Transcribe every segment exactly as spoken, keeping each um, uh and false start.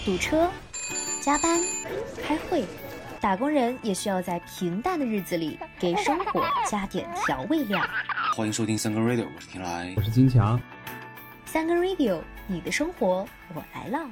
堵车、加班、开会，打工人也需要在平淡的日子里给生活加点调味料。 欢迎收听三根 Radio， 我是天来， 我是金强。 三根 Radio， 你的生活我来了。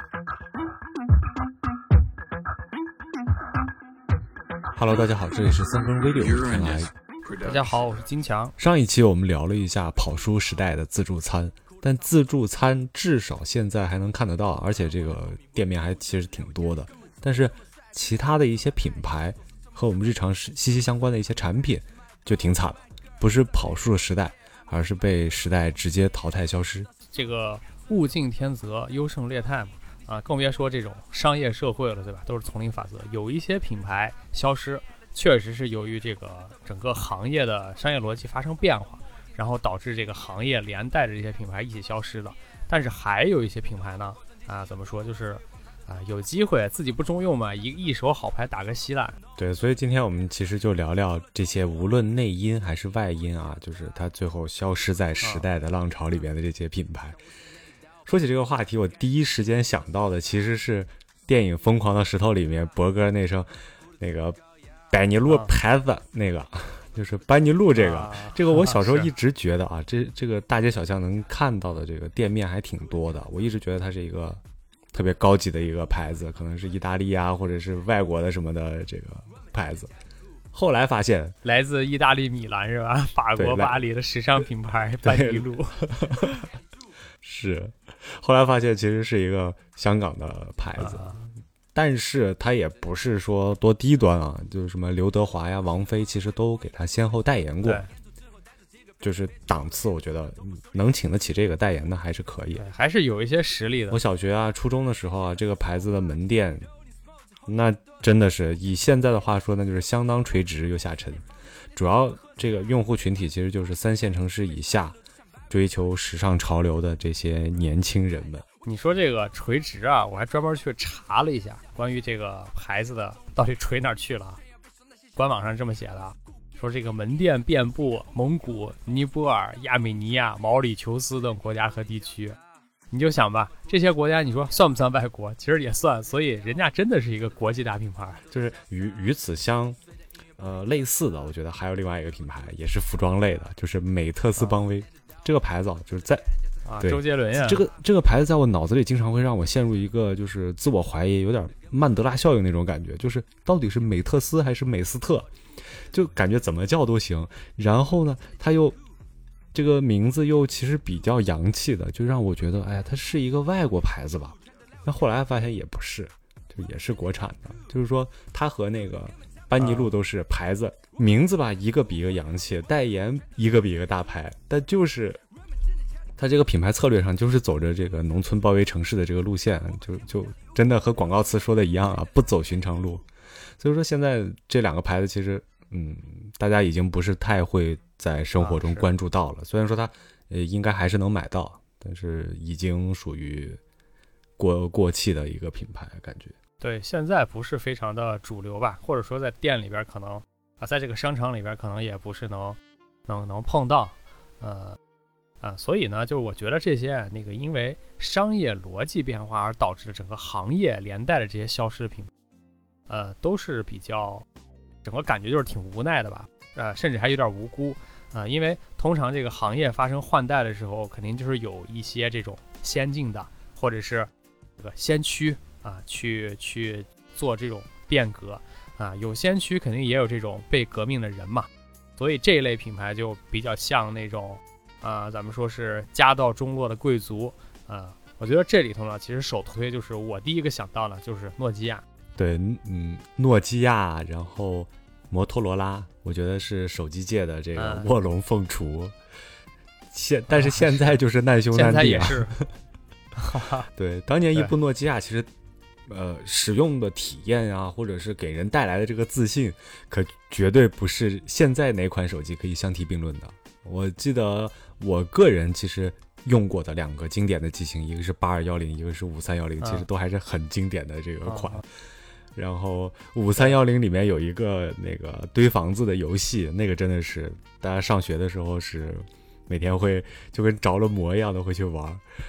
Hello， 大家好，这里是三根 Radio， 我是天来。 大家好，我是金强。 上一期我们聊了一下跑书时代的自助餐，但自助餐至少现在还能看得到，而且这个店面还其实挺多的。但是其他的一些品牌和我们日常息息相关的一些产品就挺惨了，不是跑书的时代，而是被时代直接淘汰消失。 这个物竞天择，优胜劣汰嘛，啊，更别说这种商业社会了，对吧？都是丛林法则。有一些品牌消失，确实是由于这个整个行业的商业逻辑发生变化，然后导致这个行业连带着这些品牌一起消失的。但是还有一些品牌呢，啊，怎么说，就是啊，有机会自己不中用嘛，一一手好牌打个稀烂。 对，所以今天我们其实就聊聊这些无论内因还是外因啊，就是它最后消失在时代的浪潮里边的这些品牌。说起这个话题，我第一时间想到的其实是电影《疯狂的石头》里面博哥那声那个百尼路牌子，那个、啊、就是班尼路这个、啊、这个我小时候一直觉得啊，这这个大街小巷能看到的这个店面还挺多的，我一直觉得它是一个特别高级的一个牌子，可能是意大利啊或者是外国的什么的这个牌子。后来发现来自意大利米兰是吧？法国巴黎的时尚品牌班尼路。 是，后来发现其实是一个香港的牌子、啊、但是它也不是说多低端啊，就是什么刘德华呀、王菲其实都给他先后代言过，就是档次我觉得能请得起这个代言的还是可以， 还是有一些实力的。 我小学啊初中的时候啊，这个牌子的门店那真的是以现在的话说那就是相当垂直又下沉，主要这个用户群体其实就是三线城市以下追求时尚潮流的这些年轻人们。 你说这个垂直啊，我还专门去查了一下关于这个牌子的到底垂哪去了。官网上这么写的，说这个门店遍布蒙古、尼泊尔、亚美尼亚、毛里求斯等国家和地区。你就想吧，这些国家你说算不算外国？其实也算，所以人家真的是一个国际大品牌。 就是与与此相呃类似的，我觉得还有另外一个品牌也是服装类的，就是美特斯邦威。啊，这个牌子啊，就是在啊，周杰伦呀， 这个这个牌子在我脑子里经常会让我陷入一个就是自我怀疑，有点曼德拉效应那种感觉，就是到底是美特斯还是美斯特，就感觉怎么叫都行。然后呢，它又这个名字又其实比较洋气的，就让我觉得，哎呀，它是一个外国牌子吧？那后来发现也不是，就也是国产的，就是说它和那个班尼路都是牌子。名字吧一个比一个洋气，代言一个比一个大牌，但就是它这个品牌策略上就是走着这个农村包围城市的这个路线，就就真的和广告词说的一样啊，不走寻常路。所以说现在这两个牌子其实嗯，大家已经不是太会在生活中关注到了、啊、虽然说它呃应该还是能买到，但是已经属于过过气的一个品牌感觉。 对，现在不是非常的主流吧，或者说在店里边可能啊，在这个商场里边可能也不是能能能碰到，呃啊，所以呢，就是我觉得这些那个因为商业逻辑变化而导致的整个行业连带的这些消失的品牌，呃，都是比较整个感觉就是挺无奈的吧，呃，甚至还有点无辜啊、呃，因为通常这个行业发生换代的时候，肯定就是有一些这种先进的或者是这个先驱啊，去去做这种变革。啊，有先驱肯定也有这种被革命的人嘛，所以这一类品牌就比较像那种啊、呃，咱们说是家道中落的贵族啊、呃。我觉得这里头呢，其实首推就是我第一个想到的就是诺基亚。 对，嗯，诺基亚，然后摩托罗拉，我觉得是手机界的这个卧龙凤雏。现、嗯、但是现在就是难兄难弟、啊， 现在也是。 对，当年一部诺基亚其实。呃，使用的体验啊，或者是给人带来的这个自信，可绝对不是现在哪款手机可以相提并论的。我记得我个人其实用过的两个经典的机型，一个是八二一零，一个是五三一零，其实都还是很经典的这个款。啊、然后五三一零里面有一个那个堆房子的游戏，那个真的是大家上学的时候是每天会就跟着了魔一样的会去玩。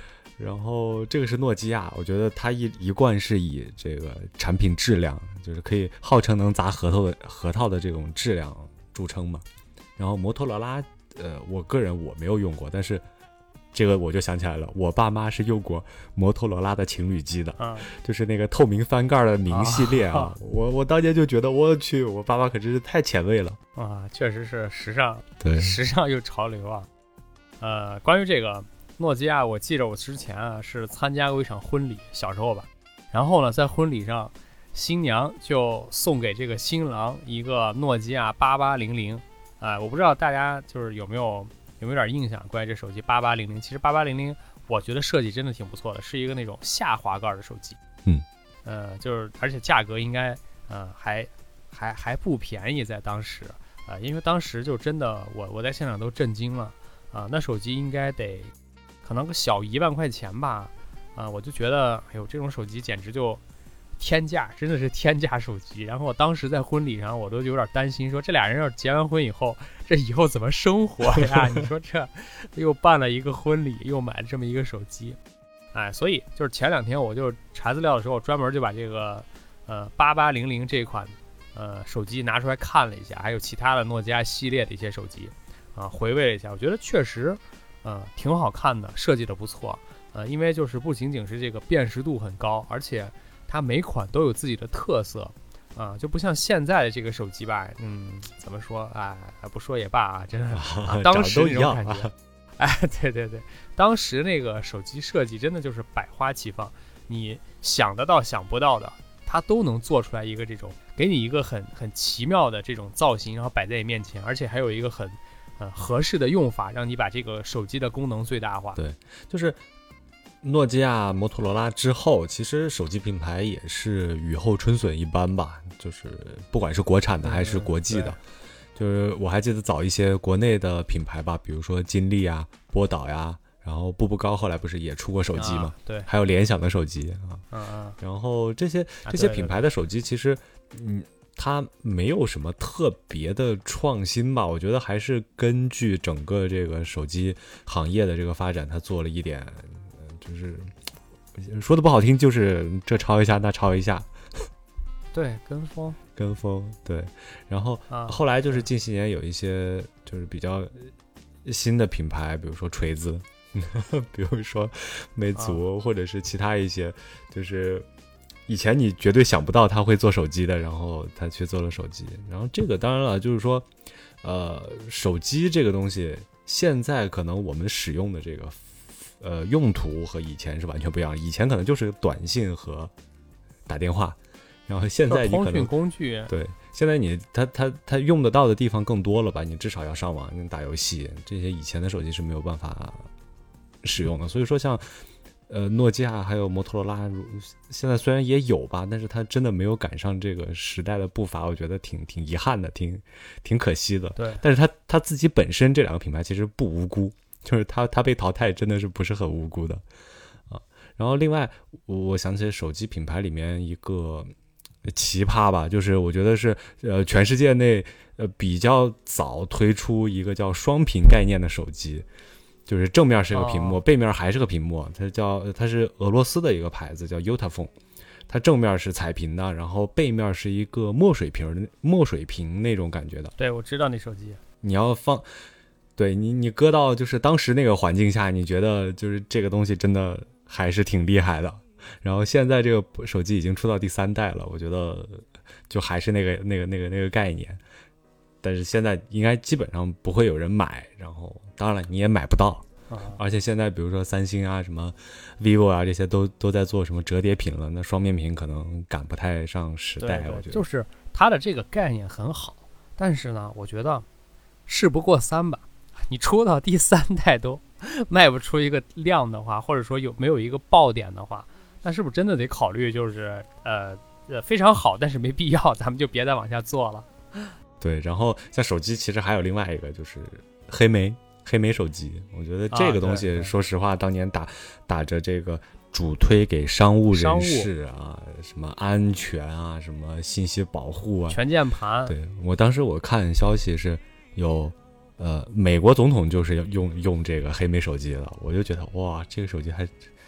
然后这个是诺基亚，我觉得它一一贯是以这个产品质量，就是可以号称能砸核桃的核桃的这种质量著称嘛。然后摩托罗拉，呃，我个人我没有用过，但是这个我就想起来了，我爸妈是用过摩托罗拉的情侣机的， 嗯， 就是那个透明翻盖的明系列啊。啊我我当年就觉得，我去，我爸妈可真是太前卫了啊，确实是时尚， 对， 时尚又潮流啊。呃，关于这个诺基亚，我记着我之前啊是参加过一场婚礼，小时候吧。然后呢，在婚礼上，新娘就送给这个新郎一个诺基亚八八零零。哎，我不知道大家就是有没有有没有点印象关于这手机八八零零。其实八八零零我觉得设计真的挺不错的，是一个那种下滑盖的手机。 嗯， 呃，就是而且价格应该呃还还还不便宜，在当时啊、呃，因为当时就真的我我在现场都震惊了啊、呃，那手机应该得可能个小一万块钱吧啊、呃，我就觉得哎呦这种手机简直就天价，真的是天价手机。然后我当时在婚礼上，我都有点担心，说这俩人要是结完婚以后，这以后怎么生活呀？你说这又办了一个婚礼，又买了这么一个手机，哎，所以就是前两天我就查资料的时候，专门就把这个呃八八零零这款呃手机拿出来看了一下，还有其他的诺基亚系列的一些手机啊、呃，回味了一下，我觉得确实呃挺好看的，设计的不错。呃，因为就是不仅仅是这个辨识度很高，而且它每款都有自己的特色，啊、呃，就不像现在的这个手机吧，嗯，怎么说啊？不说也罢啊，真的，啊、当时那种感觉，哎，对对对，当时那个手机设计真的就是百花齐放，你想得到想不到的，它都能做出来一个这种，给你一个很很奇妙的这种造型，然后摆在你面前，而且还有一个很呃合适的用法，让你把这个手机的功能最大化。 对，就是。诺基亚、摩托罗拉之后，其实手机品牌也是雨后春笋一般吧，就是不管是国产的还是国际的，嗯、就是我还记得早一些国内的品牌吧，比如说金立啊、波导呀，然后步步高后来不是也出过手机嘛、啊？ 对， 还有联想的手机啊， 嗯嗯， 然后这些这些品牌的手机其实，嗯，它没有什么特别的创新吧，我觉得还是根据整个这个手机行业的这个发展，它做了一点。就是说的不好听，就是这抄一下那抄一下， 对，跟风跟风，对。然后、啊、后来就是近些年有一些就是比较新的品牌，比如说锤子，比如说魅族、啊，或者是其他一些，就是以前你绝对想不到他会做手机的，然后他去做了手机。然后这个当然了，就是说，呃，手机这个东西，现在可能我们使用的这个。呃，用途和以前是完全不一样。以前可能就是短信和打电话，然后现在你可能通讯工具， 对，现在你它它它用得到的地方更多了吧？你至少要上网，你打游戏，这些以前的手机是没有办法使用的。所以说像，像呃诺基亚还有摩托罗拉，现在虽然也有吧，但是它真的没有赶上这个时代的步伐，我觉得挺挺遗憾的，挺挺可惜的。 对， 但是它它自己本身这两个品牌其实不无辜。就是他他被淘汰真的是不是很无辜的啊。然后另外我想起手机品牌里面一个奇葩吧，就是我觉得是呃全世界内呃比较早推出一个叫双屏概念的手机，就是正面是个屏幕、哦、背面还是个屏幕，它叫它是俄罗斯的一个牌子叫 Utafone， 它正面是彩屏的，然后背面是一个墨水屏墨水屏那种感觉的。 对，我知道那手机。 你要放对你，你搁到就是当时那个环境下，你觉得就是这个东西真的还是挺厉害的。然后现在这个手机已经出到第三代了，我觉得就还是那个那个那个那个概念，但是现在应该基本上不会有人买，然后当然了你也买不到，而且现在比如说三星啊、什么 vivo 啊这些都都在做什么折叠屏了，那双面屏可能赶不太上时代。 对对， 我觉得就是它的这个概念很好，但是呢，我觉得事不过三吧。你出到第三代都卖不出一个量的话，或者说有没有一个爆点的话，那是不是真的得考虑就是呃呃非常好，但是没必要，咱们就别再往下做了。 对，然后像手机其实还有另外一个就是黑莓黑莓手机，我觉得这个东西、啊、说实话当年打打着这个主推给商务人士啊，什么安全啊，什么信息保护啊， 全键盘。 对，我当时我看消息是有呃美国总统就是用用这个黑莓手机了，我就觉得哇，这个手机还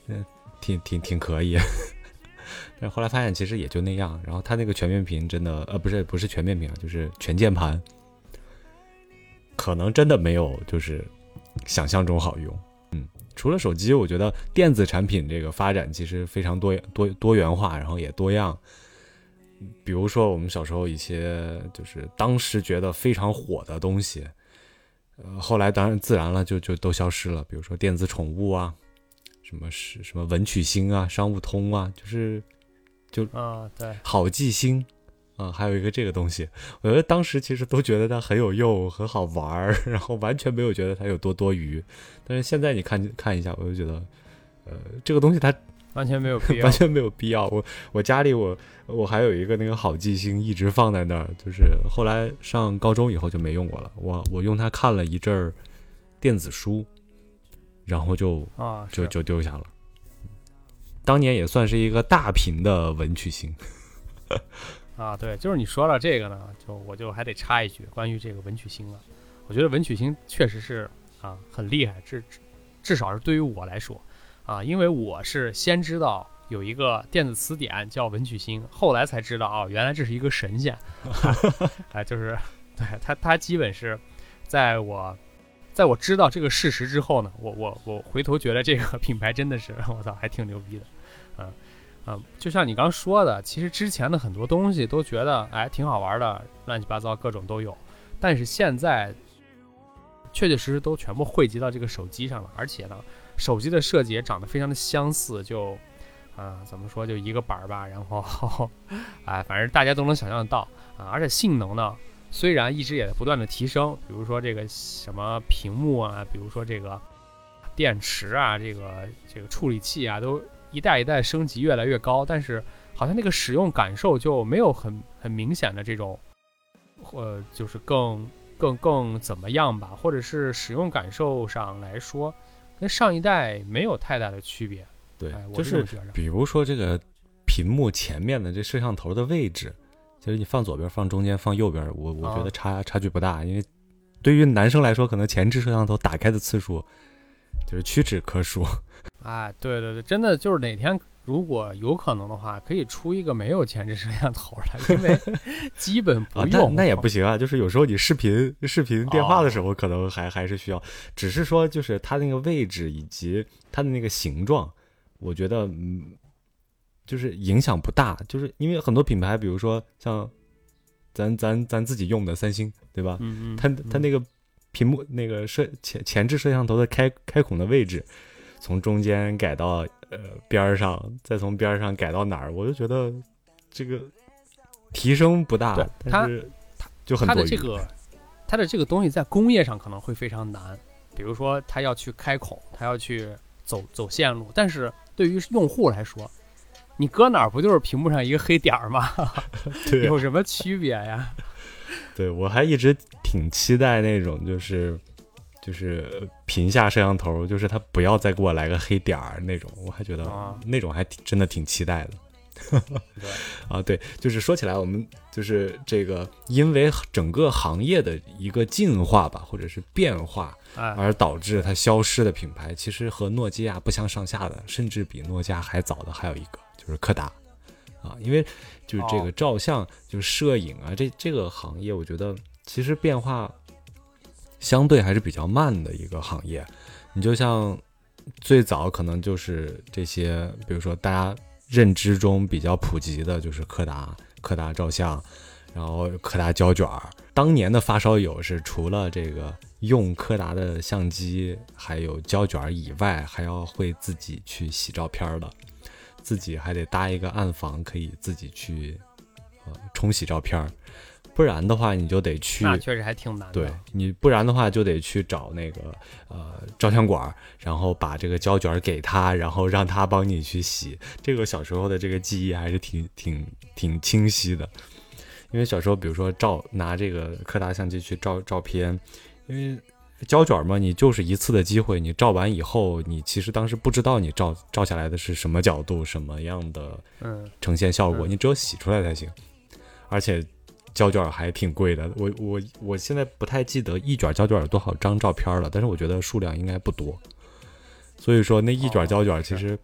嗯，挺挺挺可以。但是后来发现其实也就那样。然后它那个全面屏真的，呃，不是不是全面屏啊，就是全键盘，可能真的没有就是想象中好用。嗯，除了手机，我觉得电子产品这个发展其实非常多多多元化，然后也多样。比如说我们小时候一些就是当时觉得非常火的东西，呃，后来当然自然了就就都消失了。比如说电子宠物啊，什么是什么文曲星啊、商务通啊，就是就啊，对， 好记星啊，还有一个这个东西，我觉得当时其实都觉得它很有用、很好玩，然后完全没有觉得它有多多余。但是现在你看看一下，我就觉得，呃，这个东西它完全没有必要， 完全没有必要。我我家里我我还有一个那个好记星一直放在那儿，就是后来上高中以后就没用过了。我我用它看了一阵儿电子书，然后就啊就就丢下了。当年也算是一个大屏的文曲星。 啊，对，就是你说到这个呢，就我就还得插一句关于这个文曲星了。我觉得文曲星确实是啊很厉害，至至少是对于我来说啊，因为我是先知道有一个电子词典叫文曲星，后来才知道哦，原来这是一个神仙。啊，就是对他他基本是在我在我知道这个事实之后呢，我我我回头觉得这个品牌真的是我操还挺牛逼的，嗯。嗯，就像你刚说的，其实之前的很多东西都觉得哎挺好玩的，乱七八糟各种都有，但是现在确确实实都全部汇集到这个手机上了，而且呢，手机的设计也长得非常的相似，就啊、呃、怎么说，就一个板儿吧，然后哎反正大家都能想象得到啊，而且性能呢虽然一直也在不断的提升，比如说这个什么屏幕啊，比如说这个电池啊，这个这个处理器啊都一代一代升级越来越高，但是好像那个使用感受就没有很很明显的这种，呃，就是更更更怎么样吧，或者是使用感受上来说，跟上一代没有太大的区别。 对， 哎、 就是比如说这个屏幕前面的这摄像头的位置，其实你放左边、放中间、放右边，我我觉得差、啊、差距不大，因为对于男生来说，可能前置摄像头打开的次数就是屈指可数。 哎，对对对，真的就是哪天如果有可能的话，可以出一个没有前置摄像头的，因为基本不用。 啊、那, 那也不行啊，就是有时候你视频视频电话的时候，可能还、哦、还是需要，只是说就是它那个位置以及它的那个形状，我觉得嗯，就是影响不大，就是因为很多品牌，比如说像咱咱咱自己用的三星，对吧？ 嗯嗯， 它它那个屏幕那个摄前前置摄像头的开开孔的位置。从中间改到呃边上，再从边上改到哪儿，我就觉得这个提升不大，但是它就很多余。 它的这个它的这个东西在工业上可能会非常难，比如说它要去开孔，它要去走走线路，但是对于用户来说，你搁哪儿不就是屏幕上一个黑点儿吗？ 对、啊， 有什么区别呀？ 对，我还一直挺期待那种就是就是屏下摄像头，就是它不要再给我来个黑点儿那种，我还觉得那种还挺真的挺期待的。 对啊，对，就是说起来，我们就是这个，因为整个行业的一个进化吧，或者是变化，而导致它消失的品牌，其实和诺基亚不相上下的，甚至比诺基亚还早的还有一个，就是柯达啊，因为就是这个照相，就是摄影啊，这这个行业，我觉得其实变化相对还是比较慢的一个行业。你就像最早可能就是这些，比如说大家认知中比较普及的就是柯达柯达照相，然后柯达胶卷。当年的发烧友是除了这个用柯达的相机还有胶卷以外，还要会自己去洗照片的，自己还得搭一个暗房，可以自己去呃冲洗照片，不然的话你就得去， 那确实还挺难的。 对，你不然的话就得去找那个呃照相馆，然后把这个胶卷给他，然后让他帮你去洗。这个小时候的这个记忆还是挺挺挺清晰的，因为小时候比如说照拿这个柯达相机去照照片，因为胶卷嘛，你就是一次的机会，你照完以后，你其实当时不知道你照照下来的是什么角度、什么样的呈现效果， 嗯嗯、 你只有洗出来才行，而且。胶卷还挺贵的，我我我现在不太记得一卷胶卷有多少张照片了，但是我觉得数量应该不多。所以说那一卷胶卷其实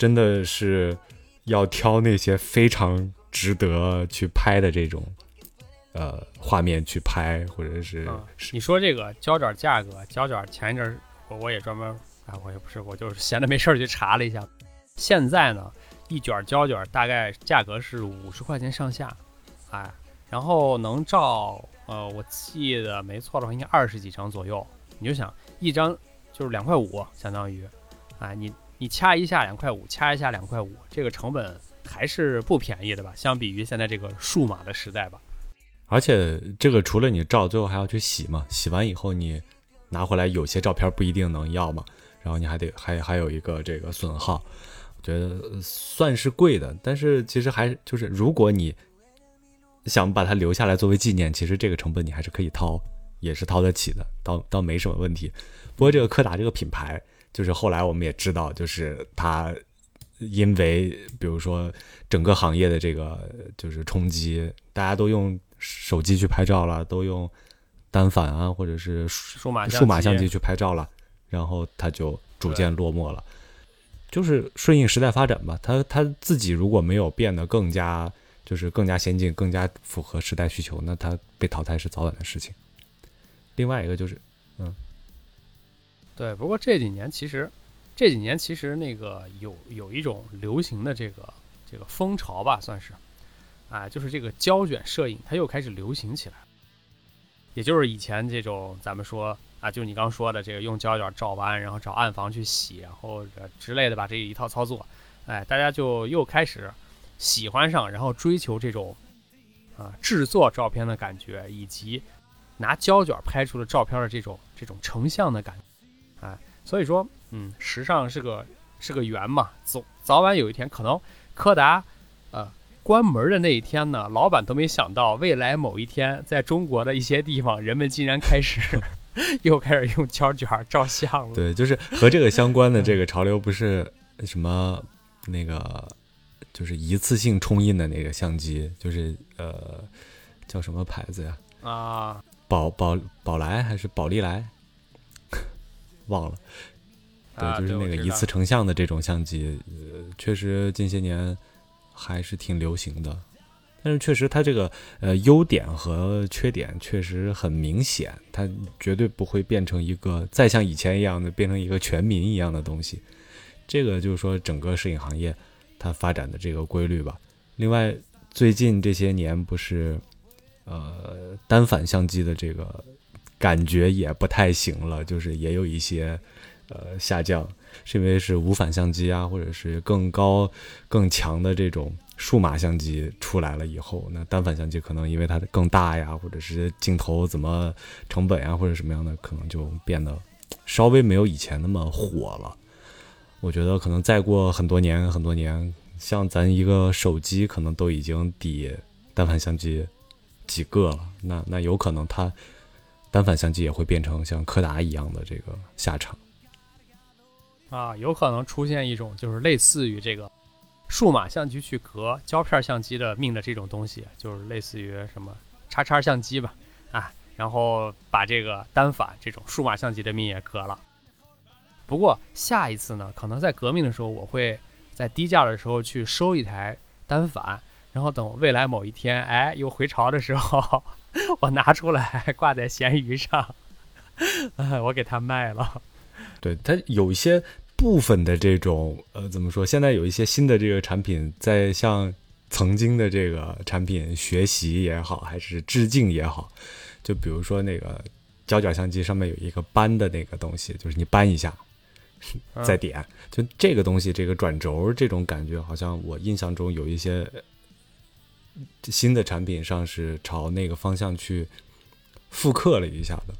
真的是要挑那些非常值得去拍的这种呃画面去拍，或者是、 嗯、你说这个胶卷价格，胶卷前一阵我我也专门啊，我也不是，我就是闲着没事去查了一下，现在呢一卷胶卷大概价格是五十块钱上下，哎，然后能照呃我记得没错的话应该二十几张左右，你就想一张就是两块五，相当于啊你你掐一下两块五，掐一下两块五，这个成本还是不便宜的吧，相比于现在这个数码的时代吧。 而且这个除了你照，最后还要去洗嘛，洗完以后你拿回来有些照片不一定能要嘛，然后你还得还还有一个这个损耗，我觉得算是贵的，但是其实还就是如果你想把它留下来作为纪念，其实这个成本你还是可以掏，也是掏得起的，倒倒没什么问题。不过这个柯达这个品牌，就是后来我们也知道，就是它因为比如说整个行业的这个就是冲击，大家都用手机去拍照了，都用单反啊或者是数码数码相机去拍照了，然后它就逐渐落寞了。就是顺应时代发展吧，它它自己如果没有变得更加就是更加先进，更加符合时代需求，那它被淘汰是早晚的事情。另外一个就是嗯对，不过这几年其实这几年其实那个有有一种流行的这个这个风潮吧，算是啊，就是这个胶卷摄影它又开始流行起来了。也就是以前这种咱们说啊，就你刚说的这个用胶卷照完，然后找暗房去洗，然后之类的吧，这一套操作，哎，大家就又开始喜欢上，然后追求这种啊制作照片的感觉，以及拿胶卷拍出的照片的这种这种成像的感觉，哎，所以说，嗯，时尚是个是个圆嘛，早早晚有一天，可能柯达呃关门的那一天呢，老板都没想到，未来某一天，在中国的一些地方，人们竟然开始又开始用胶卷照相了。 对，就是和这个相关的这个潮流，不是什么那个，就是一次性冲印的那个相机，就是呃，叫什么牌子呀？ 啊， 宝宝宝来还是宝丽来？忘了。对， 啊、 就是那个一次成像的这种相机，呃，确实近些年还是挺流行的。但是确实它这个呃优点和缺点确实很明显，它绝对不会变成一个再像以前一样的变成一个全民一样的东西。这个就是说整个摄影行业它发展的这个规律吧。另外最近这些年不是呃单反相机的这个感觉也不太行了，就是也有一些呃下降，是因为是无反相机啊，或者是更高更强的这种数码相机出来了以后，那单反相机可能因为它更大呀，或者是镜头怎么成本呀或者什么样的，可能就变得稍微没有以前那么火了。我觉得可能再过很多年很多年，像咱一个手机可能都已经抵单反相机几个了，那那有可能它单反相机也会变成像柯达一样的这个下场啊，有可能出现一种就是类似于这个数码相机去革胶片相机的命的这种东西，就是类似于什么叉叉相机吧，啊，然后把这个单反这种数码相机的命也革了。不过下一次呢，可能在革命的时候，我会在低价的时候去收一台单反，然后等未来某一天，哎，又回潮的时候，我拿出来挂在闲鱼上，哎，我给它卖了。 对，它有一些部分的这种呃，怎么说？现在有一些新的这个产品，在向曾经的这个产品学习也好，还是致敬也好，就比如说那个胶卷相机上面有一个扳的那个东西，就是你扳一下再点，就这个东西，这个转轴这种感觉，好像我印象中有一些新的产品上是朝那个方向去复刻了一下的。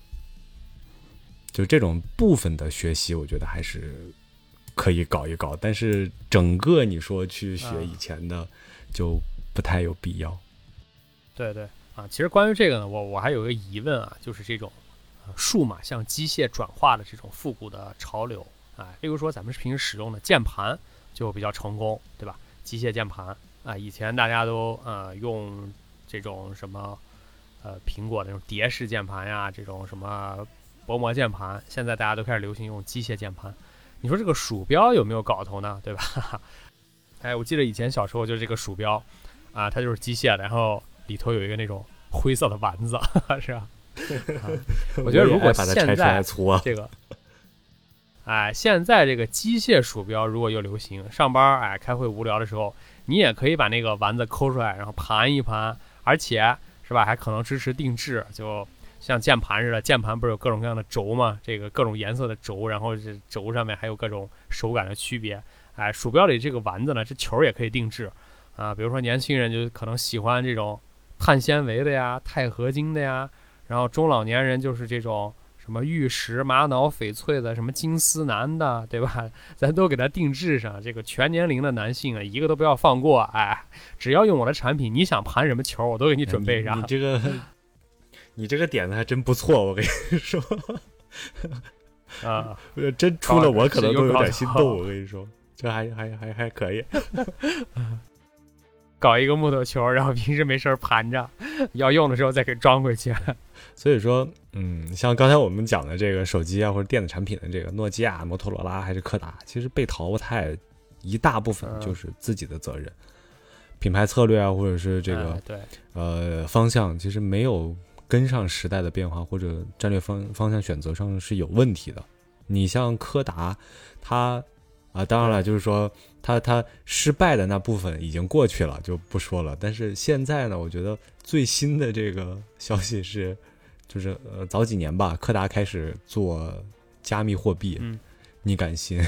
就这种部分的学习我觉得还是可以搞一搞，但是整个你说去学以前的就不太有必要。 对对啊，其实关于这个呢，我我还有一个疑问啊，就是这种呃数码向机械转化的这种复古的潮流啊，例如说咱们平时使用的键盘就比较成功，对吧？机械键盘啊，以前大家都呃用这种什么呃苹果的这种碟式键盘呀，这种什么薄膜键盘，现在大家都开始流行用机械键盘。 你说这个鼠标有没有搞头呢？对吧？哎，我记得以前小时候就是这个鼠标啊，它就是机械的，然后里头有一个那种灰色的丸子，是吧？啊、我觉得如果现在这个，哎，现在这个机械鼠标如果又流行，上班哎开会无聊的时候，你也可以把那个丸子抠出来，然后盘一盘，而且是吧，还可能支持定制，就像键盘似的，键盘不是有各种各样的轴吗？这个各种颜色的轴，然后这轴上面还有各种手感的区别。哎，鼠标里这个丸子呢，这球也可以定制啊，比如说年轻人就可能喜欢这种碳纤维的呀、钛合金的呀，然后中老年人就是这种什么玉石、玛瑙、翡翠的，什么金丝楠的，对吧？咱都给它定制上。这个全年龄的男性啊，一个都不要放过。哎，只要用我的产品，你想盘什么球，我都给你准备上。 你, 你这个，你这个点子还真不错，我跟你说。 啊， 真出了我可能都有点心动，我跟你说。这还还还还可以， 搞一个木头球，然后平时没事盘着，要用的时候再给装回去。 所以说，嗯，像刚才我们讲的这个手机啊或者电子产品的这个诺基亚、摩托罗拉还是柯达，其实被淘汰一大部分就是自己的责任，嗯、品牌策略啊或者是这个、 哎、对呃方向，其实没有跟上时代的变化或者战略方方向选择上是有问题的。你像柯达，它。啊，当然了，就是说他他失败的那部分已经过去了，就不说了。但是现在呢，我觉得最新的这个消息是，就是呃早几年吧，柯达开始做加密货币， 嗯、 你敢信？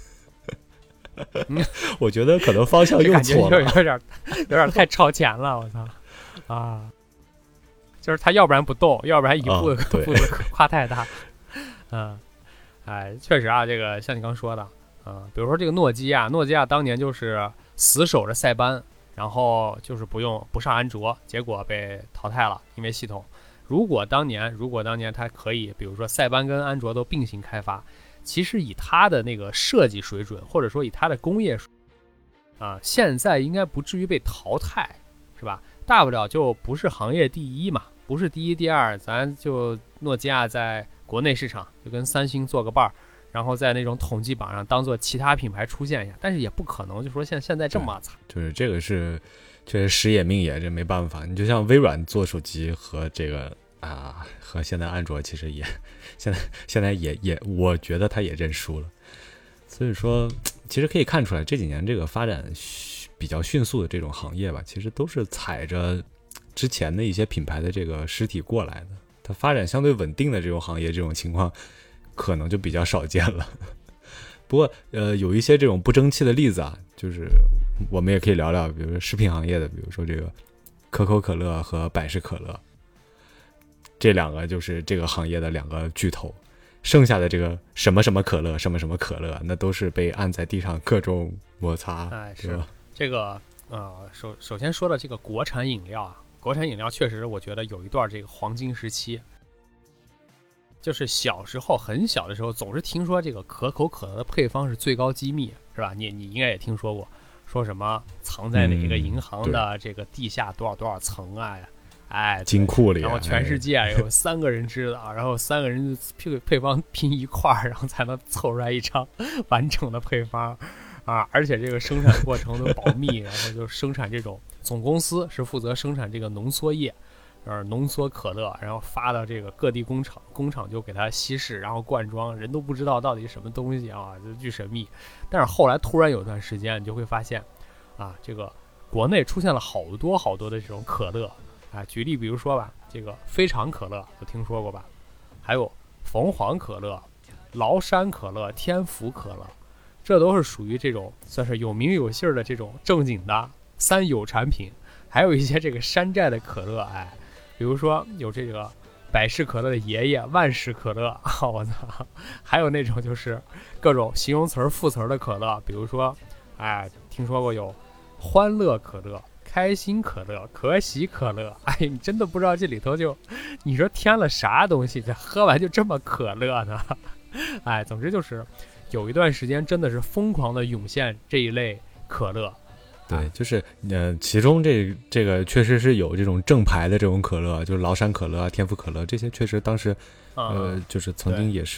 我觉得可能方向用错了， 有有点有点太超前了，我操啊！就是他要不然不动，要不然一步步子跨太大。嗯，哎，确实啊，这个像你刚说的。啊、嗯，比如说这个诺基亚，诺基亚当年就是死守着塞班，然后就是不用不上安卓，结果被淘汰了，因为系统。如果当年，如果当年它可以，比如说塞班跟安卓都并行开发，其实以它的那个设计水准，或者说以它的工业水准，啊，现在应该不至于被淘汰，是吧？大不了就不是行业第一嘛，不是第一第二，咱就诺基亚在国内市场就跟三星做个伴儿。然后在那种统计榜上当做其他品牌出现一下，但是也不可能就说像现在这么惨， 就是这个是确实时也命也，这没办法。你就像微软做手机和这个啊和现在安卓其实也现在现在也也我觉得它也认输了。所以说其实可以看出来这几年这个发展比较迅速的这种行业吧，其实都是踩着之前的一些品牌的这个尸体过来的。它发展相对稳定的这种行业，这种情况可能就比较少见了。不过呃有一些这种不争气的例子啊，就是我们也可以聊聊，比如说食品行业的，比如说这个可口可乐和百事可乐，这两个就是这个行业的两个巨头。剩下的这个什么什么可乐什么什么可乐，那都是被按在地上各种摩擦。 哎，是这个呃首首先说的这个国产饮料啊，国产饮料确实我觉得有一段这个黄金时期。就是小时候很小的时候，总是听说这个可口可乐的配方是最高机密，是吧？你你应该也听说过，说什么藏在哪个银行的这个地下多少多少层啊，哎， 金库里， 然后全世界有三个人知道，然后三个人配配方拼一块儿，然后才能凑出来一张完整的配方啊！而且这个生产过程都保密，然后就生产这种总公司是负责生产这个浓缩液。呃，浓缩可乐，然后发到这个各地工厂，工厂就给它稀释，然后灌装，人都不知道到底什么东西啊，就巨神秘。但是后来突然有段时间，你就会发现，啊，这个国内出现了好多好多的这种可乐啊。举例比如说吧，这个非常可乐都听说过吧？还有凤凰可乐、崂山可乐、天府可乐，这都是属于这种算是有名有姓的这种正经的三有产品。还有一些这个山寨的可乐，哎。比如说有这个百事可乐的爷爷万事可乐啊，我操！还有那种就是各种形容词副词的可乐，比如说，哎，听说过有欢乐可乐、开心可乐、可喜可乐，哎，你真的不知道这里头就，你说添了啥东西，这喝完就这么可乐呢？哎，总之就是有一段时间真的是疯狂的涌现这一类可乐。 对，就是呃，其中这这个确实是有这种正牌的这种可乐，就是崂山可乐啊、天府可乐这些，确实当时呃，就是曾经也是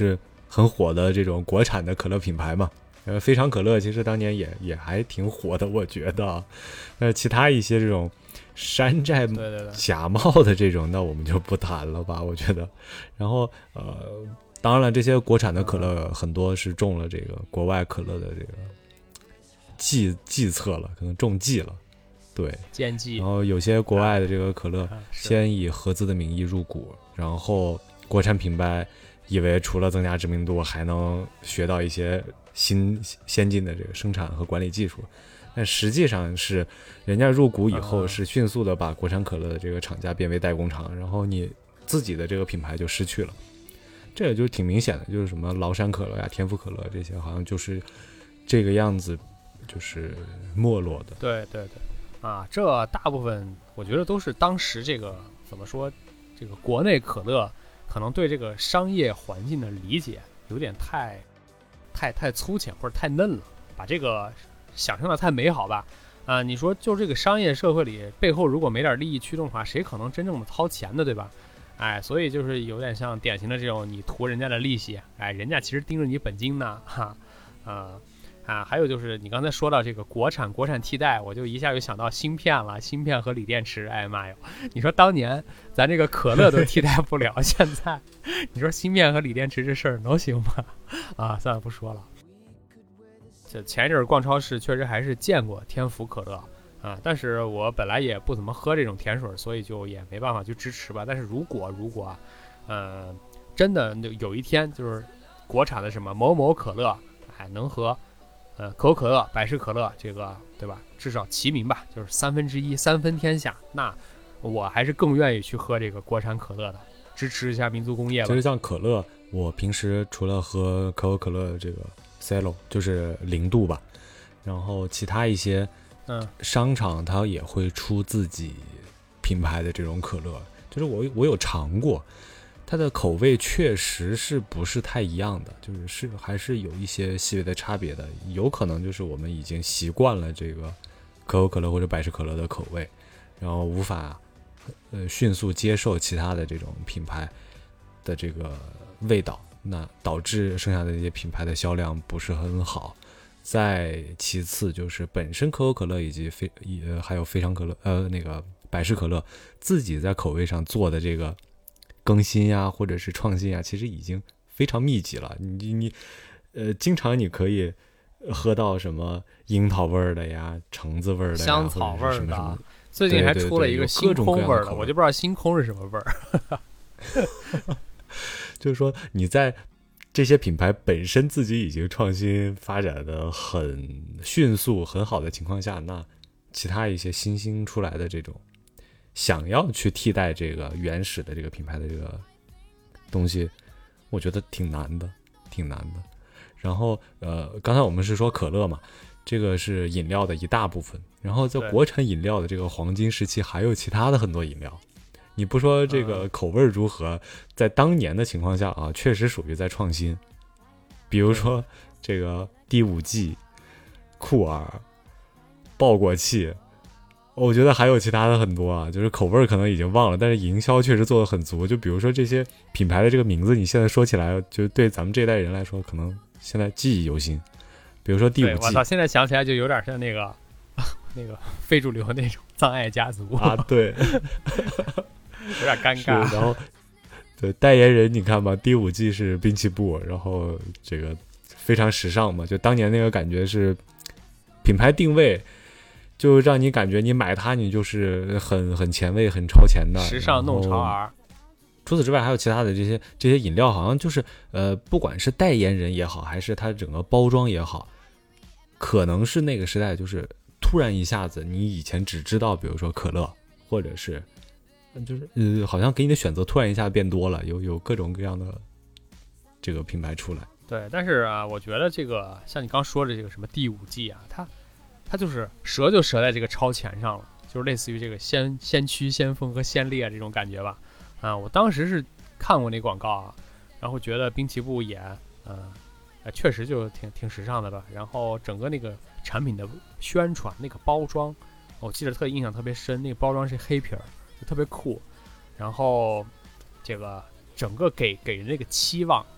很火的这种国产的可乐品牌嘛。呃，非常可乐其实当年也也还挺火的，我觉得。呃，其他一些这种山寨假冒的这种，那我们就不谈了吧，我觉得。然后呃，当然了，这些国产的可乐很多是中了这个国外可乐的这个计计策了，可能中计了。对， 奸计。 然后有些国外的这个可乐先以合资的名义入股，然后国产品牌以为除了增加知名度，还能学到一些新先进的这个生产和管理技术，但实际上是人家入股以后是迅速的把国产可乐的这个厂家变为代工厂，然后你自己的这个品牌就失去了。这个就挺明显的，就是什么崂山可乐呀、天府可乐这些，好像就是这个样子，就是没落的。 对对对，啊，这大部分我觉得都是当时这个怎么说，这个国内可乐可能对这个商业环境的理解有点太太太粗浅或者太嫩了，把这个想象的太美好吧。啊，你说就这个商业社会里背后如果没点利益驱动的话，谁可能真正的掏钱的，对吧？哎，所以就是有点像典型的这种你图人家的利息，哎，人家其实盯着你本金呢，哈，呃啊，还有就是你刚才说到这个国产国产替代，我就一下就想到芯片了，芯片和锂电池，哎妈哟，你说当年咱这个可乐都替代不了，现在你说芯片和锂电池这事儿能行吗？啊，算了不说了。这前一阵逛超市确实还是见过天府可乐啊，但是我本来也不怎么喝这种甜水，所以就也没办法去支持吧。但是如果如果啊，呃，真的有一天就是国产的什么某某可乐，哎，能和呃可口可乐、百事可乐这个对吧，至少齐名吧，就是三分之一，三分天下，那我还是更愿意去喝这个国产可乐的，支持一下民族工业吧。 其实像可乐，我平时除了喝可口可乐这个 Zero 就是零度吧，然后其他一些。嗯，商场它也会出自己品牌的这种可乐，就是我我有尝过，它的口味确实是不是太一样的，就是是还是有一些细微的差别的，有可能就是我们已经习惯了这个可口可乐或者百事可乐的口味，然后无法呃迅速接受其他的这种品牌的这个味道，那导致剩下的这些品牌的销量不是很好。再其次就是本身可口可乐以及非呃还有非常可乐呃那个百事可乐自己在口味上做的这个更新呀或者是创新呀，其实已经非常密集了。你你呃经常你可以喝到什么樱桃味的呀、橙子味的呀、 香草味什么什么。 最近还出了一个星空味的，我就不知道星空是什么味儿。 就是说你在这些品牌本身自己已经创新发展的很迅速很好的情况下，那其他一些新兴出来的这种想要去替代这个原始的这个品牌的这个东西，我觉得挺难的挺难的。然后呃，刚才我们是说可乐嘛，这个是饮料的一大部分，然后在国产饮料的这个黄金时期还有其他的很多饮料，你不说这个口味如何，在当年的情况下啊，确实属于在创新。比如说这个第五季、酷儿、爆果气，我觉得还有其他的很多啊，就是口味可能已经忘了，但是营销确实做得很足。就比如说这些品牌的这个名字，你现在说起来，就对咱们这一代人来说，可能现在记忆犹新。比如说第五季， 我操，现在想起来就有点像那个那个非主流那种葬爱家族啊，对。 有点尴尬。 然后对代言人你看吧，第五季是滨崎步，然后这个非常时尚嘛，就当年那个感觉是品牌定位，就让你感觉你买它你就是很很前卫很超前的时尚弄潮儿。 除此之外还有其他的这些这些饮料，好像就是呃不管是代言人也好，还是它整个包装也好，可能是那个时代就是突然一下子你以前只知道比如说可乐或者是就是呃，好像给你的选择突然一下变多了，有有各种各样的这个品牌出来。 对，但是啊，我觉得这个像你刚说的这个什么第五季啊，它它就是折就折在这个超前上了，就是类似于这个先先驱、先锋和先烈这种感觉吧。啊，我当时是看过那广告啊，然后觉得滨崎步也呃确实就挺挺时尚的吧。然后整个那个产品的宣传、那个包装，我记得特印象特别深，那个包装是黑皮儿。就特别酷，然后这个整个给给人那个期望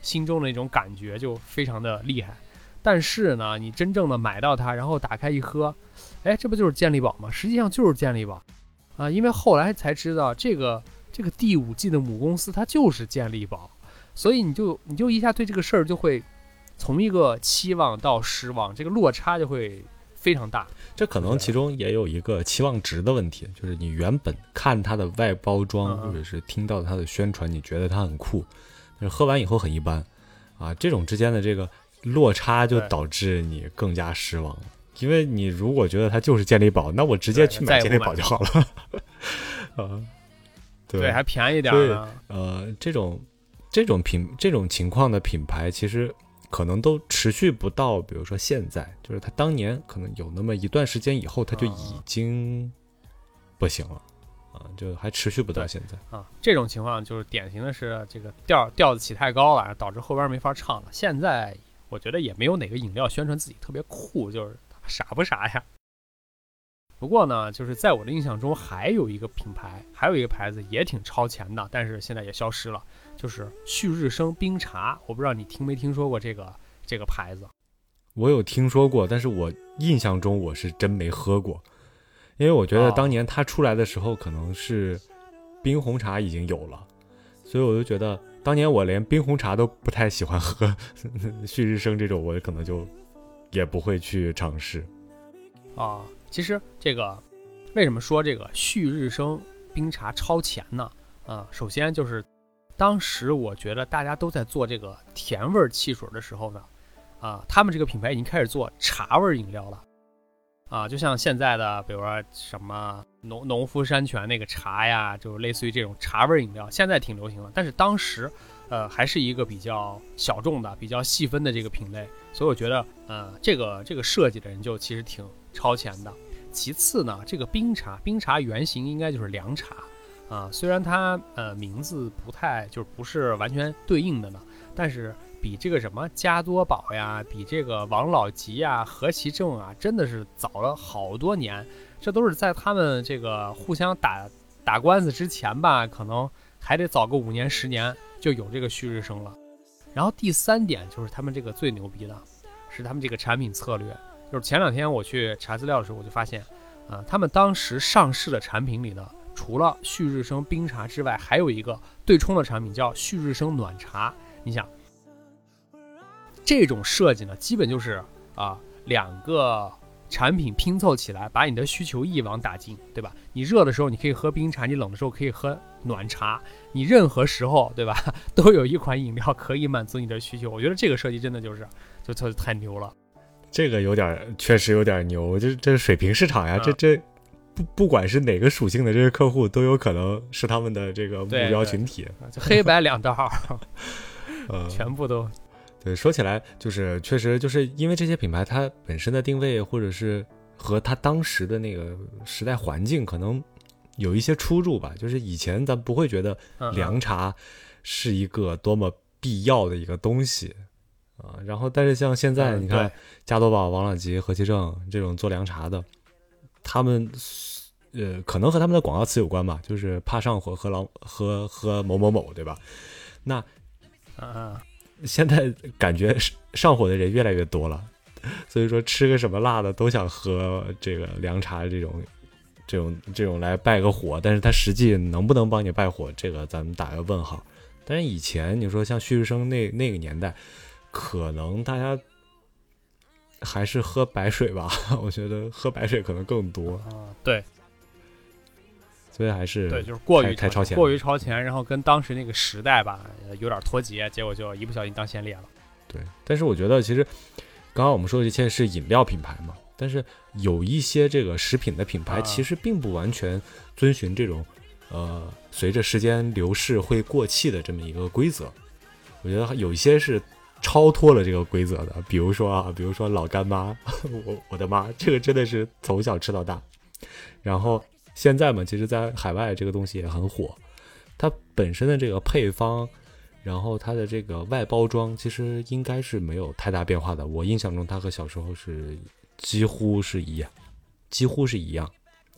心中的那种感觉就非常的厉害。但是呢，你真正的买到它，然后打开一喝，哎，这不就是健力宝吗？实际上就是健力宝啊，因为后来才知道这个这个第五季的母公司它就是健力宝，所以你就你就一下对这个事儿就会从一个期望到失望，这个落差就会非常大。 这可能其中也有一个期望值的问题，就是你原本看它的外包装，或者是听到它的宣传，你觉得它很酷，但是喝完以后很一般啊，这种之间的这个落差就导致你更加失望了。因为你如果觉得它就是健力宝，那我直接去买健力宝就好了。啊，对， 对，还便宜点呢。 呃，这种这种品这种情况的品牌，其实可能都持续不到，比如说现在，就是它当年可能有那么一段时间以后，它就已经不行了啊，就还持续不到现在啊。这种情况就是典型的是这个调调子起太高了，导致后边没法唱了。现在我觉得也没有哪个饮料宣传自己特别酷，就是傻不傻呀？不过呢，就是在我的印象中，还有一个品牌，还有一个牌子也挺超前的，但是现在也消失了，就是旭日升冰茶。我不知道你听没听说过这个这个牌子？ 我有听说过，但是我印象中我是真没喝过，因为我觉得当年它出来的时候，可能是冰红茶已经有了，所以我就觉得当年我连冰红茶都不太喜欢喝，旭日升这种我可能就也不会去尝试啊。其实这个为什么说这个旭日升冰茶超前呢？啊，首先就是当时我觉得大家都在做这个甜味汽水的时候呢，啊，他们这个品牌已经开始做茶味饮料了，啊，就像现在的比如说什么农农夫山泉那个茶呀，就类似于这种茶味饮料，现在挺流行的，但是当时呃还是一个比较小众的、比较细分的这个品类，所以我觉得呃这个这个设计的人就其实挺超前的。其次呢，这个冰茶，冰茶原型应该就是凉茶啊，虽然它呃名字不太就是不是完全对应的呢，但是比这个什么加多宝呀，比这个王老吉呀、何其正啊，真的是早了好多年。这都是在他们这个互相打打官司之前吧，可能还得早个五年十年就有这个旭日升了。然后第三点就是他们这个最牛逼的是他们这个产品策略。就是前两天我去查资料的时候，我就发现，啊、呃，他们当时上市的产品里呢，除了旭日升冰茶之外，还有一个对冲的产品叫旭日升暖茶。你想，这种设计呢，基本就是啊、呃、两个产品拼凑起来，把你的需求一网打尽，对吧？你热的时候你可以喝冰茶，你冷的时候可以喝暖茶，你任何时候，对吧，都有一款饮料可以满足你的需求。我觉得这个设计真的就是就就太牛了。 这个有点，确实有点牛，这这是水平市场呀，这这不不管是哪个属性的这些客户，都有可能是他们的这个目标群体， 就黑白两道， 呃， 全部都。 对，说起来就是确实就是因为这些品牌它本身的定位，或者是和它当时的那个时代环境可能有一些出入吧。就是以前咱不会觉得凉茶是一个多么必要的一个东西。啊，然后但是像现在你看，加多宝、王老吉、何其正这种做凉茶的，他们呃可能和他们的广告词有关吧，就是怕上火喝狼喝喝某某某，对吧？那啊， 现在感觉上火的人越来越多了，所以说吃个什么辣的都想喝这个凉茶这种这种这种来败个火，但是它实际能不能帮你败火，这个咱们打个问号。但是以前你说像旭日升那那个年代，可能大家还是喝白水吧，我觉得喝白水可能更多啊。对， 所以还是对，就是过于太超前， 过于超前，然后跟当时那个时代吧有点脱节，结果就一不小心当先烈了。 对，但是我觉得其实刚刚我们说的这些是饮料品牌嘛，但是有一些这个食品的品牌其实并不完全遵循这种、啊、呃随着时间流逝会过气的这么一个规则。我觉得有一些是超脱了这个规则的，比如说啊，比如说老干妈，我我的妈，这个真的是从小吃到大。然后现在嘛，其实在海外这个东西也很火，它本身的这个配方，然后它的这个外包装，其实应该是没有太大变化的。我印象中，它和小时候是几乎是一样，几乎是一样。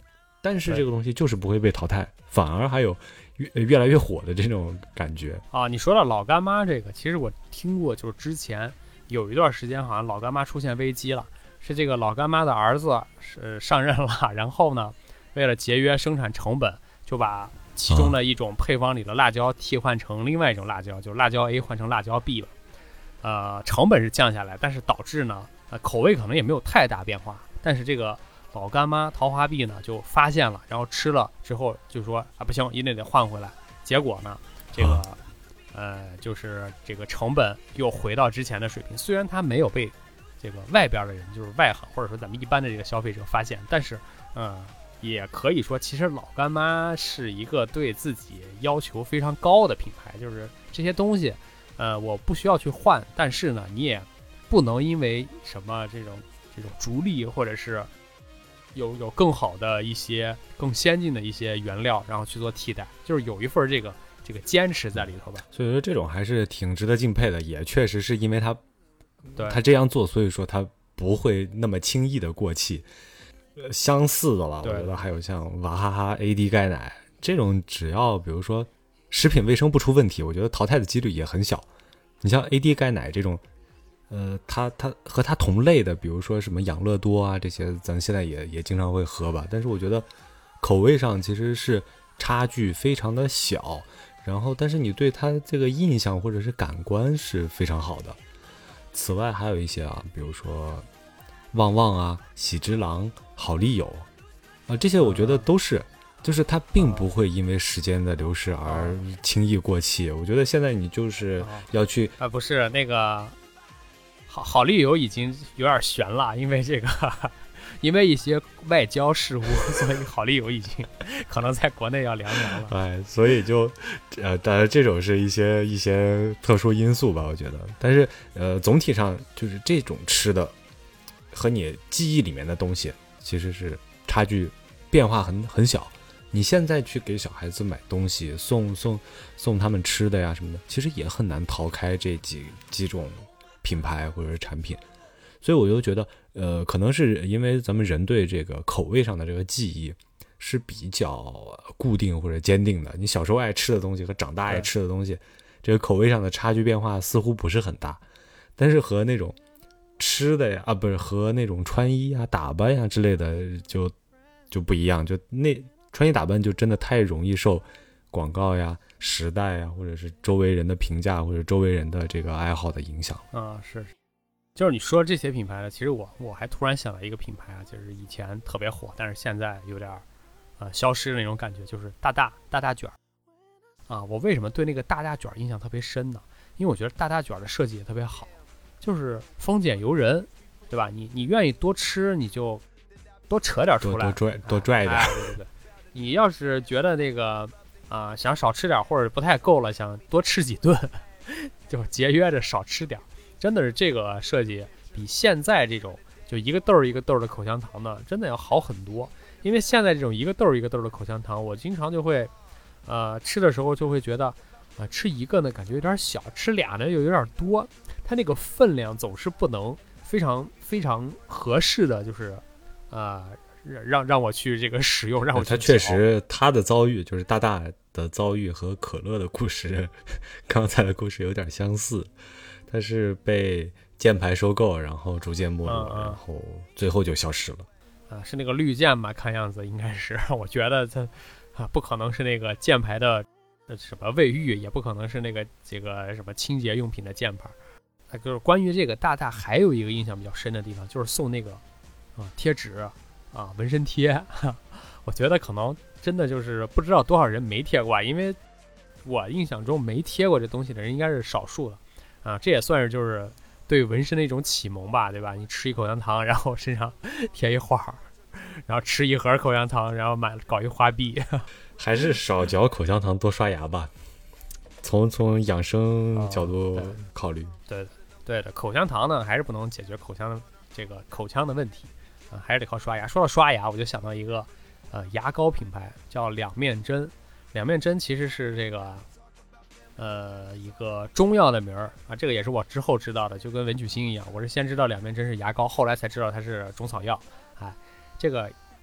但是这个东西就是不会被淘汰，反而还有越越来越火的这种感觉啊。你说到老干妈这个，其实我听过，就是之前有一段时间好像老干妈出现危机了，是这个老干妈的儿子是上任了，然后呢，为了节约生产成本，就把其中的一种配方里的辣椒替换成另外一种辣椒，就是辣椒 A 换成辣椒 B 了。呃，成本是降下来，但是导致呢，呃，口味可能也没有太大变化。但是这个老干妈桃花碧呢，就发现了，然后吃了之后就说啊，不行，一定得换回来。结果呢，这个呃，就是这个成本又回到之前的水平。虽然它没有被这个外边的人，就是外行或者说咱们一般的这个消费者发现，但是，嗯、呃，也可以说，其实老干妈是一个对自己要求非常高的品牌，就是这些东西。呃，我不需要去换，但是呢，你也不能因为什么这种这种逐利，或者是有有更好的一些、更先进的一些原料，然后去做替代，就是有一份这个这个坚持在里头吧。 所以说这种还是挺值得敬佩的，也确实是因为他对他这样做，所以说他不会那么轻易的过气。呃，相似的了，我觉得还有像娃哈哈 A D 钙奶这种，只要比如说食品卫生不出问题，我觉得淘汰的几率也很小。你像 A D 钙奶这种，呃，它它和它同类的，比如说什么养乐多啊这些，咱现在也也经常会喝吧。但是我觉得口味上其实是差距非常的小，然后但是你对它这个印象或者是感官是非常好的。此外还有一些啊，比如说旺旺啊、喜之郎、好丽友啊，这些我觉得都是。就是它并不会因为时间的流逝而轻易过气。我觉得现在你就是要去啊、呃，不是那个好好丽友已经有点悬了，因为这个因为一些外交事务，所以好丽友已经可能在国内要凉凉了。 哎，所以就呃，当然这种是一些一些特殊因素吧，我觉得。但是呃，总体上就是这种吃的和你记忆里面的东西其实是差距变化很很小。你现在去给小孩子买东西，送送送他们吃的呀什么的，其实也很难逃开这几几种品牌或者是产品。所以我就觉得，呃，可能是因为咱们人对这个口味上的这个记忆是比较固定或者坚定的。你小时候爱吃的东西和长大爱吃的东西，这个口味上的差距变化似乎不是很大。但是和那种吃的呀，啊，不是和那种穿衣啊、打扮呀之类的，就就不一样。就那。穿衣打扮就真的太容易受广告呀、时代呀，或者是周围人的评价，或者周围人的这个爱好的影响。 嗯，是，就是你说这些品牌呢，其实我我还突然想到一个品牌啊，就是以前特别火，但是现在有点呃消失的那种感觉，就是大大大大卷啊。我为什么对那个大大卷印象特别深呢？因为我觉得大大卷的设计也特别好，就是丰俭由人，对吧？你你愿意多吃，你就多扯点出来， 多多拽多拽一点。 哎，对对对。你要是觉得那个啊、呃、想少吃点或者不太够了，想多吃几顿，就节约着少吃点。真的是这个设计比现在这种就一个豆一个豆的口香糖呢，真的要好很多。因为现在这种一个豆一个豆的口香糖，我经常就会呃吃的时候就会觉得啊、呃、吃一个呢感觉有点小，吃俩呢又有点多，它那个分量总是不能非常非常合适的，就是啊。呃让让我去这个使用，让我去他确实他的遭遇就是大大的遭遇和可乐的故事，刚才的故事有点相似。他是被箭牌收购，然后逐渐没落，嗯嗯然后最后就消失了。 啊，是那个绿箭吧？看样子应该是，我觉得他啊不可能是那个箭牌的什么卫浴，也不可能是那个这个什么清洁用品的箭牌。啊，就是关于这个大大还有一个印象比较深的地方，就是送那个啊贴纸。啊，纹身贴，我觉得可能真的就是不知道多少人没贴过，因为我印象中没贴过这东西的人应该是少数的，啊，这也算是就是对纹身的一种启蒙吧，对吧？你吃一口香糖，然后身上贴一画，然后吃一盒口香糖，然后买搞一花臂， 还是少嚼口香糖，多刷牙吧。从从养生角度考虑， 哦、对的，对的，口香糖呢还是不能解决口腔这个口腔的问题。啊，还是得靠刷牙。说到刷牙，我就想到一个，呃，牙膏品牌叫两面针。两面针其实是这个，呃，一个中药的名儿啊。这个也是我之后知道的，就跟文曲星一样，我是先知道两面针是牙膏，后来才知道它是中草药。哎，这个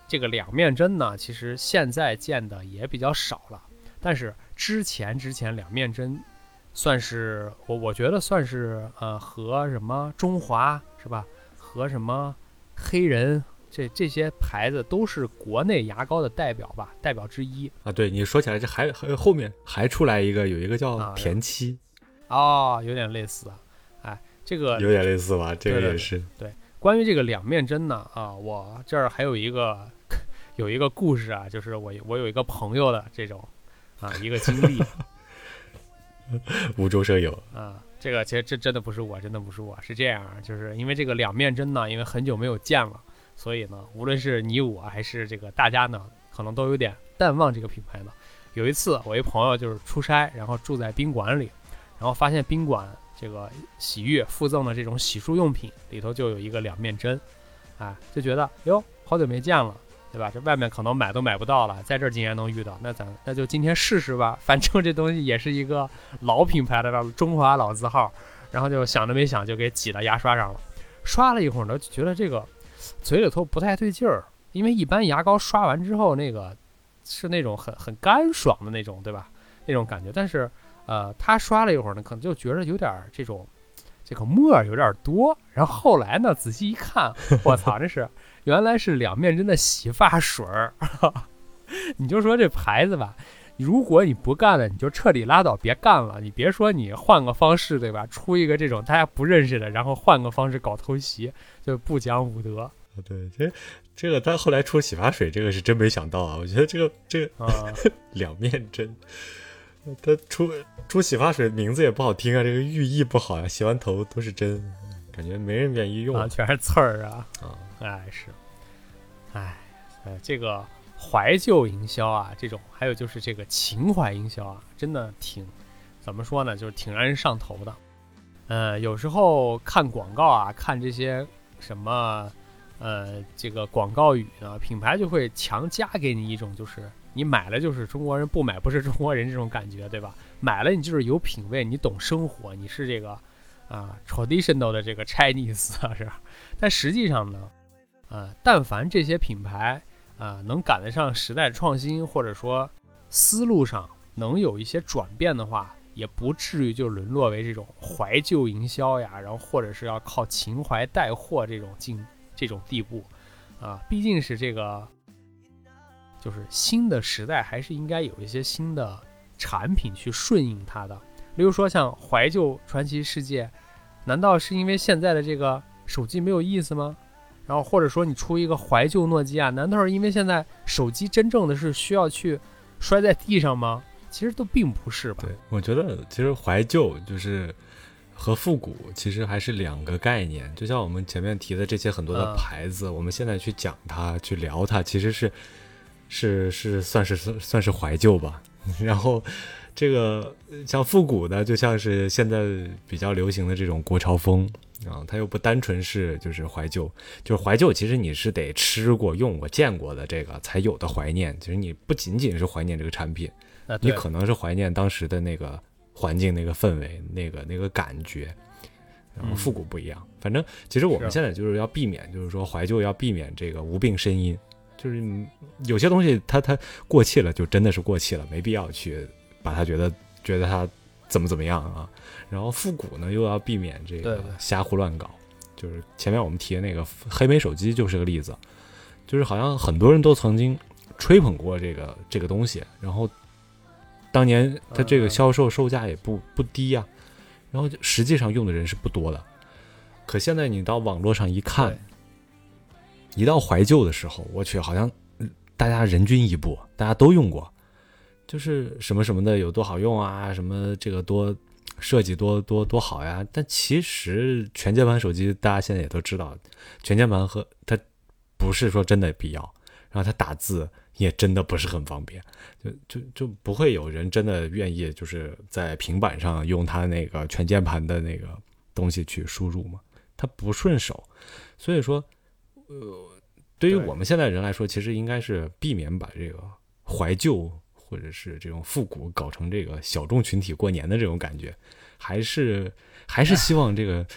这个两面针呢，其实现在见的也比较少了，但是之前之前两面针算是我我觉得算是呃和什么中华是吧，和什么黑人这这些牌子都是国内牙膏的代表吧，代表之一啊。对，你说起来这还还后面还出来一个，有一个叫田七， 啊、哦，有点类似，哎，这个有点类似吧，这个也是。 对，对对关于这个两面针呢，啊，我这儿还有一个有一个故事啊，就是我我有一个朋友的这种啊一个经历， 无中生有啊。这个其实这真的不是我，真的不是我，是这样，就是因为这个两面针呢，因为很久没有见了，所以呢，无论是你我还是这个大家呢，可能都有点淡忘这个品牌的。有一次，我一朋友就是出差，然后住在宾馆里，然后发现宾馆这个洗浴附赠的这种洗漱用品里头就有一个两面针，啊，就觉得哟，好久没见了，对吧？这外面可能买都买不到了，在这儿竟然能遇到，那咱那就今天试试吧。反正这东西也是一个老品牌的中华老字号，然后就想都没想就给挤到牙刷上了。刷了一会儿呢，就觉得这个嘴里头不太对劲儿，因为一般牙膏刷完之后那个是那种很很干爽的那种，对吧？那种感觉，但是呃，他刷了一会儿呢，可能就觉得有点这种这个沫有点多，然后后来呢，仔细一看，我操，这是。原来是两面针的洗发水儿，你就说这牌子吧，如果你不干了，你就彻底拉倒，别干了。你别说你换个方式，对吧？出一个这种大家不认识的，然后换个方式搞偷袭，就不讲武德。 对，这这个他后来出洗发水，这个是真没想到啊！我觉得这个这个、啊、两面针，他出出洗发水名字也不好听啊，这个寓意不好啊，洗完头都是针，感觉没人愿意用啊，全是刺儿啊。 啊哎是，哎，呃，这个怀旧营销啊，这种还有就是这个情怀营销啊，真的挺怎么说呢，就是挺让人上头的。呃，有时候看广告啊，看这些什么呃这个广告语呢，品牌就会强加给你一种就是你买了就是中国人，不买不是中国人这种感觉，对吧？买了你就是有品位，你懂生活，你是这个啊 traditional 的这个 Chinese 啊，是吧？但实际上呢。呃，但凡这些品牌啊、呃、能赶得上时代创新，或者说思路上能有一些转变的话，也不至于就沦落为这种怀旧营销呀，然后或者是要靠情怀带货这种境这种地步啊、呃。毕竟是这个，就是新的时代，还是应该有一些新的产品去顺应它的。例如说像怀旧传奇世界，难道是因为现在的这个手机没有意思吗？然后或者说你出一个怀旧诺基亚，难道是因为现在手机真正的是需要去摔在地上吗？其实都并不是吧。 对，我觉得其实怀旧就是和复古其实还是两个概念。就像我们前面提的这些很多的牌子，嗯、我们现在去讲它、去聊它，其实是是是算是算是怀旧吧。然后这个像复古的，就像是现在比较流行的这种国潮风。啊，它又不单纯是就是怀旧，就是怀旧，其实你是得吃过、用过、见过的这个才有的怀念。其实你不仅仅是怀念这个产品， 啊、 你可能是怀念当时的那个环境、那个氛围、那个那个感觉。然后复古不一样，嗯、反正其实我们现在就是要避免，就是说怀旧要避免这个无病呻吟，就是有些东西它它过气了，就真的是过气了，没必要去把它觉得觉得它怎么怎么样啊。然后复古呢，又要避免这个瞎胡乱搞，就是前面我们提的那个黑莓手机就是个例子，就是好像很多人都曾经吹捧过这个这个东西，然后当年它这个销售售价也不不低呀、啊，然后实际上用的人是不多的。可现在你到网络上一看，一到怀旧的时候，我去，好像大家人均一部，大家都用过，就是什么什么的有多好用啊，什么这个多。设计多多多好呀！但其实全键盘手机大家现在也都知道，全键盘和它不是说真的必要，然后它打字也真的不是很方便，就就就不会有人真的愿意就是在平板上用它那个全键盘的那个东西去输入嘛，它不顺手。所以说，呃，对于我们现在人来说，其实应该是避免把这个怀旧。或者是这种复古搞成这个小众群体过年的这种感觉，还是还是希望这个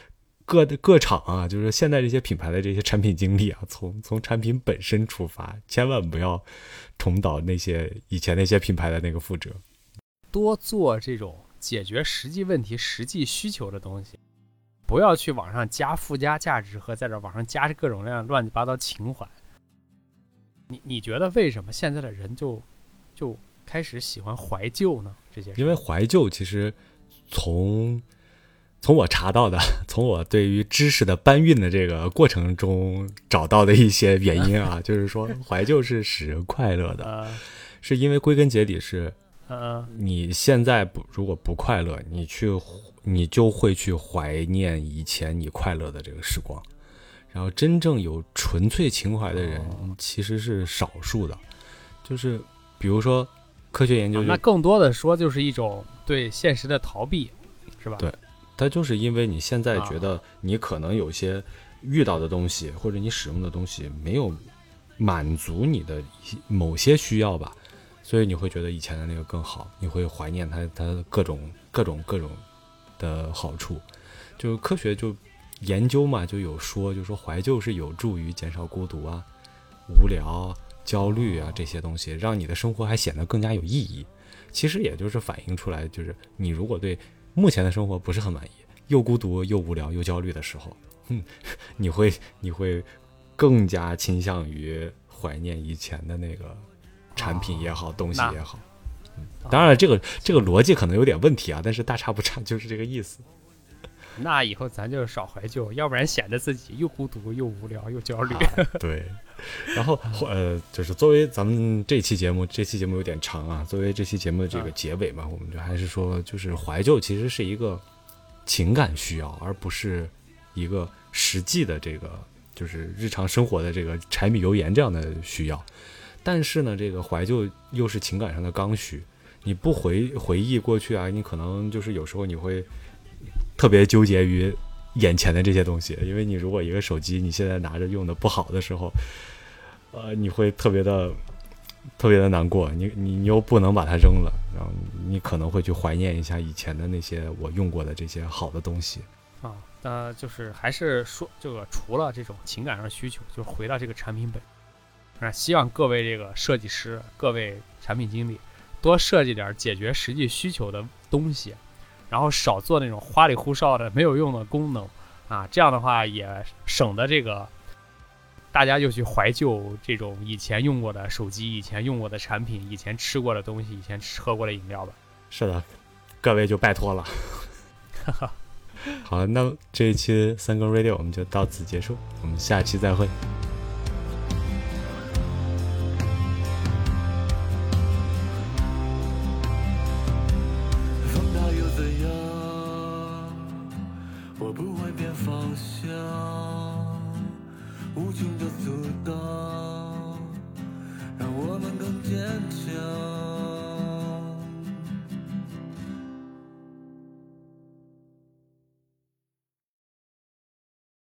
各各厂啊，就是现在这些品牌的这些产品经理啊，从从产品本身出发，千万不要重蹈那些以前那些品牌的那个覆辙， 多做这种解决实际问题、实际需求的东西，不要去往上加附加价值和在这往上加各种各样乱七八糟情怀。你你觉得为什么现在的人就就开始喜欢怀旧呢？这些事因为怀旧其实从从我查到的，从我对于知识的搬运的这个过程中找到的一些原因啊，就是说怀旧是使人快乐的， 呃、 是因为归根结底是， 呃， 你现在不如果不快乐，你去你就会去怀念以前你快乐的这个时光，然后真正有纯粹情怀的人其实是少数的，就是比如说科学研究就、 啊，那更多的说就是一种对现实的逃避，是吧？ 对。它就是因为你现在觉得你可能有些遇到的东西，啊、或者你使用的东西没有满足你的某些需要吧，所以你会觉得以前的那个更好，你会怀念它它各种各种各种的好处。就科学就研究嘛，就有说，就说怀旧是有助于减少孤独啊、无聊、焦虑啊这些东西，让你的生活还显得更加有意义。其实也就是反映出来，就是你如果对目前的生活不是很满意，又孤独又无聊又焦虑的时候，哼，你会你会更加倾向于怀念以前的那个产品也好，哦、东西也好。嗯、当然了，这个这个逻辑可能有点问题啊，但是大差不差，就是这个意思。 那以后咱就少怀旧，要不然显得自己又孤独又无聊又焦虑。 啊、对。然后呃，就是作为咱们这期节目，这期节目有点长啊。作为这期节目的这个结尾嘛，我们就还是说，就是怀旧其实是一个情感需要，而不是一个实际的这个就是日常生活的这个柴米油盐这样的需要。但是呢，这个怀旧又是情感上的刚需。你不回回忆过去啊，你可能就是有时候你会特别纠结于眼前的这些东西，因为你如果一个手机你现在拿着用的不好的时候，呃，你会特别的特别的难过，你你你又不能把它扔了，然后你可能会去怀念一下以前的那些我用过的这些好的东西啊。那就是还是说这个除了这种情感上的需求，就回到这个产品本啊，希望各位这个设计师、各位产品经理多设计点解决实际需求的东西。然后少做那种花里胡哨的没有用的功能啊，这样的话也省得这个大家就去怀旧这种以前用过的手机、以前用过的产品、以前吃过的东西、以前喝过的饮料吧。 是的，各位就拜托了。好，那这一期三更 radio 我们就到此结束，我们下期再会。